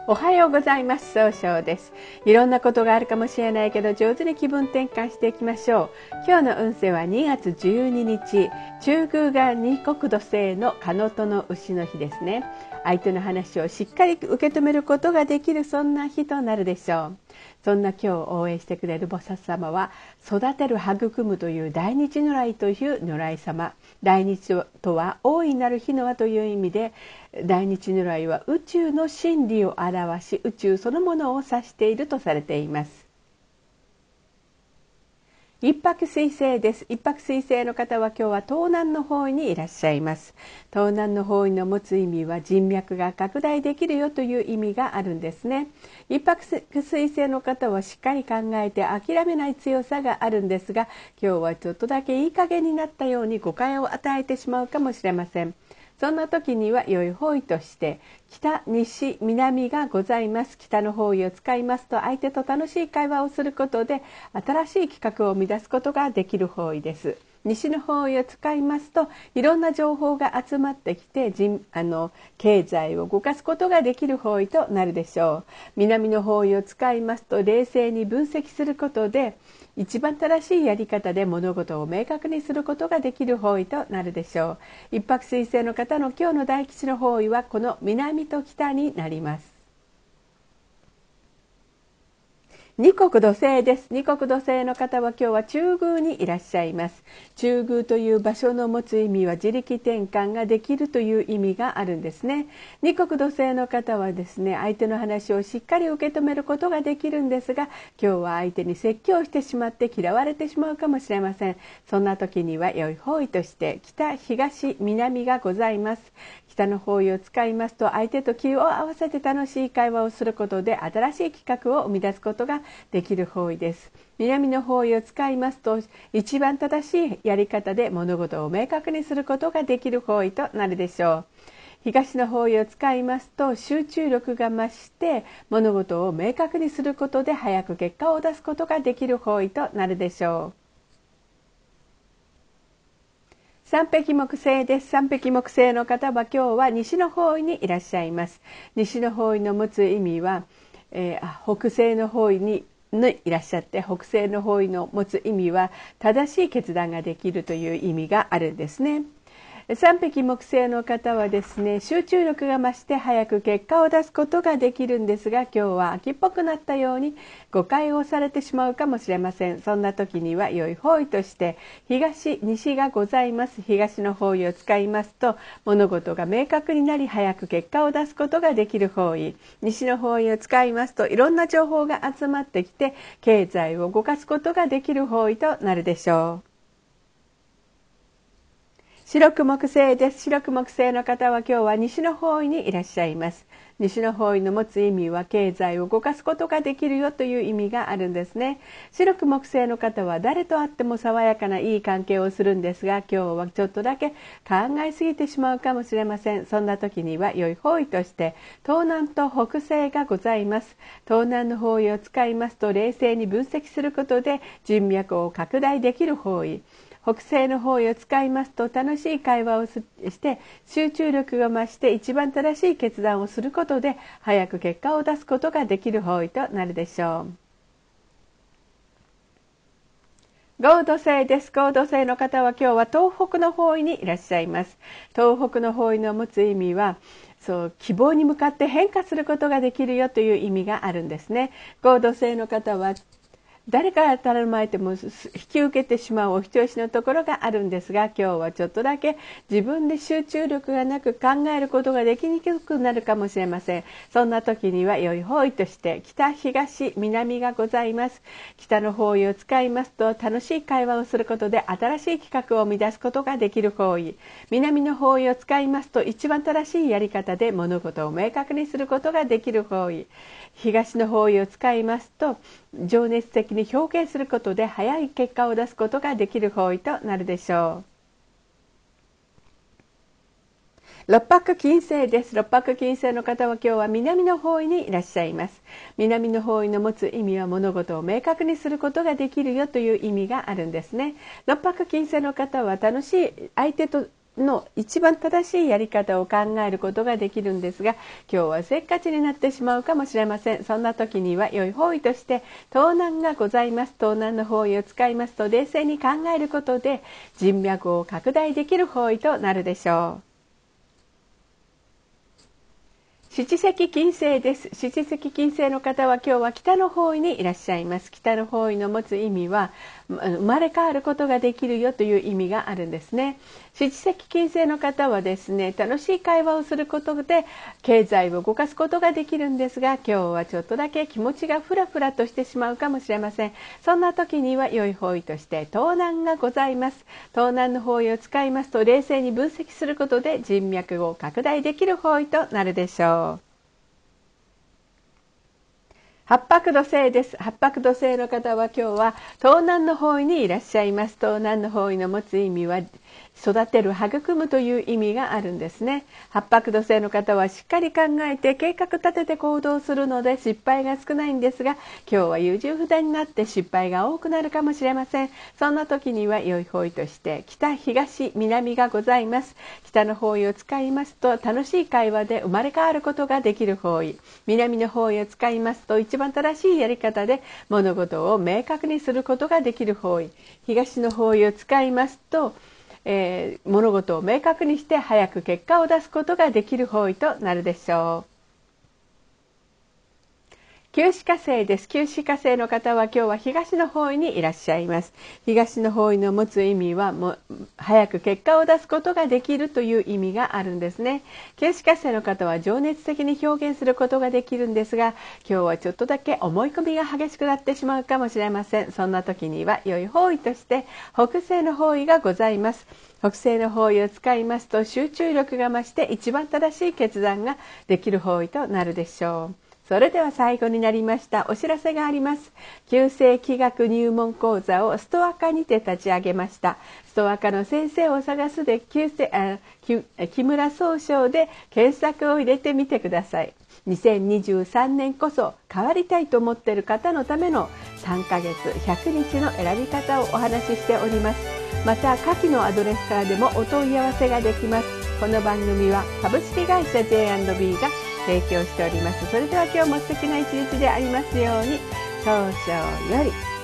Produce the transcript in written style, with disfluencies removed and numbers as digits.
おはようございます。総称です。いろんなことがあるかもしれないけど、上手に気分転換していきましょう。今日の運勢は2月12日、中宮が二国土星の庚子の牛の日ですね。相手の話をしっかり受け止めることができる、そんな日となるでしょう。そんな今日応援してくれる菩薩様は、育てる育むという大日如来という如来様。大日とは大いなる日の輪という意味で、大日如来は宇宙の真理を表し、宇宙そのものを指しているとされています。一泊水星です。一泊水星の方は今日は東南の方位にいらっしゃいます。東南の方位の持つ意味は人脈が拡大できるよという意味があるんですね。一泊水星の方はしっかり考えて諦めない強さがあるんですが、今日はちょっとだけいい加減になったように誤解を与えてしまうかもしれません。そんな時には良い方位として北、西、南がございます。北の方位を使いますと、相手と楽しい会話をすることで新しい企画を生み出すことができる方位です。西の方位を使いますと、いろんな情報が集まってきて経済を動かすことができる方位となるでしょう。南の方位を使いますと、冷静に分析することで一番正しいやり方で物事を明確にすることができる方位となるでしょう。一泊水星の方の今日の大吉の方位はこの南と北になります。二国土星です。二国土星の方は今日は中宮にいらっしゃいます。中宮という場所の持つ意味は自力転換ができるという意味があるんですね。二国土星の方はですね、相手の話をしっかり受け止めることができるんですが、今日は相手に説教してしまって嫌われてしまうかもしれません。そんな時には良い方位として北、東、南がございます。北の方位を使いますと、相手と気を合わせて楽しい会話をすることで新しい企画を生み出すことができる方位です。南の方位を使いますと、一番正しいやり方で物事を明確にすることができる方位となるでしょう。東の方位を使いますと、集中力が増して物事を明確にすることで早く結果を出すことができる方位となるでしょう。三匹木星です。三匹木星の方は今日は西の方位にいらっしゃいます。西の方位の持つ意味は、北西の方位にいらっしゃって、北西の方位の持つ意味は正しい決断ができるという意味があるんですね。三匹木星の方はですね、集中力が増して早く結果を出すことができるんですが、今日は秋っぽくなったように誤解をされてしまうかもしれません。そんな時には良い方位として東、西がございます。東の方位を使いますと、物事が明確になり早く結果を出すことができる方位。西の方位を使いますと、いろんな情報が集まってきて経済を動かすことができる方位となるでしょう。白く木星です。白く木星の方は今日は西の方位にいらっしゃいます。西の方位の持つ意味は経済を動かすことができるよという意味があるんですね。白く木星の方は誰と会っても爽やかないい関係をするんですが、今日はちょっとだけ考えすぎてしまうかもしれません。そんな時には良い方位として東南と北西がございます。東南の方位を使いますと、冷静に分析することで人脈を拡大できる方位。北西の方位を使いますと、楽しい会話をして集中力が増して一番正しい決断をすることで早く結果を出すことができる方位となるでしょう。合土星です。合土星の方は今日は東北の方位にいらっしゃいます。東北の方位の持つ意味は、希望に向かって変化することができるよという意味があるんですね。合土星の方は誰から頼まれても引き受けてしまうお人よしのところがあるんですが、今日はちょっとだけ自分で集中力がなく考えることができにくくなるかもしれません。そんな時には良い方位として北、東、南がございます。北の方位を使いますと、楽しい会話をすることで新しい企画を生み出すことができる方位。南の方位を使いますと、一番正しいやり方で物事を明確にすることができる方位。東の方位を使いますと、情熱的に表現することで早い結果を出すことができる方位となるでしょう。六白金星です。六白金星の方は今日は南の方位にいらっしゃいます。南の方位の持つ意味は物事を明確にすることができるよという意味があるんですね。六白金星の方は楽しい相手との一番正しいやり方を考えることができるんですが、今日はせっかちになってしまうかもしれません。そんな時には良い方位として盗難がございます。盗難の方位を使いますと、冷静に考えることで人脈を拡大できる方位となるでしょう。七石金星です。七石金星の方は今日は北の方位にいらっしゃいます。北の方位の持つ意味は生まれ変わることができるよという意味があるんですね。七石金星の方はですね、楽しい会話をすることで経済を動かすことができるんですが、今日はちょっとだけ気持ちがフラフラとしてしまうかもしれません。そんな時には良い方位として盗難がございます。盗難の方位を使いますと、冷静に分析することで人脈を拡大できる方位となるでしょう。八白土星です。八白土星の方は今日は東南の方位にいらっしゃいます。東南の方位の持つ意味は育てる、育むという意味があるんですね。八白土星の方はしっかり考えて計画立てて行動するので失敗が少ないんですが、今日は優柔不断になって失敗が多くなるかもしれません。そんな時には良い方位として北、東、南がございます。北の方位を使いますと楽しい会話で生まれ変わることができる方位。南の方位を使いますと一番正しいやり方で物事を明確にすることができる方位。東の方位を使いますと物事を明確にして早く結果を出すことができる方位となるでしょう。九死火星です。九死火星の方は今日は東の方位にいらっしゃいます。東の方位の持つ意味は早く結果を出すことができるという意味があるんですね。九死火星の方は情熱的に表現することができるんですが、今日はちょっとだけ思い込みが激しくなってしまうかもしれません。そんな時には良い方位として北西の方位がございます。北西の方位を使いますと集中力が増して一番正しい決断ができる方位となるでしょう。それでは最後になりました。お知らせがあります。旧世気学入門講座をストアカにて立ち上げました。ストアカの先生を探すで木村総称で検索を入れてみてください。2023年こそ変わりたいと思っている方のための3ヶ月100日の選び方をお話ししております。また下記のアドレスからでもお問い合わせができます。この番組は株式会社 J&B が提供しております。それでは今日も素敵な一日でありますように。早々より。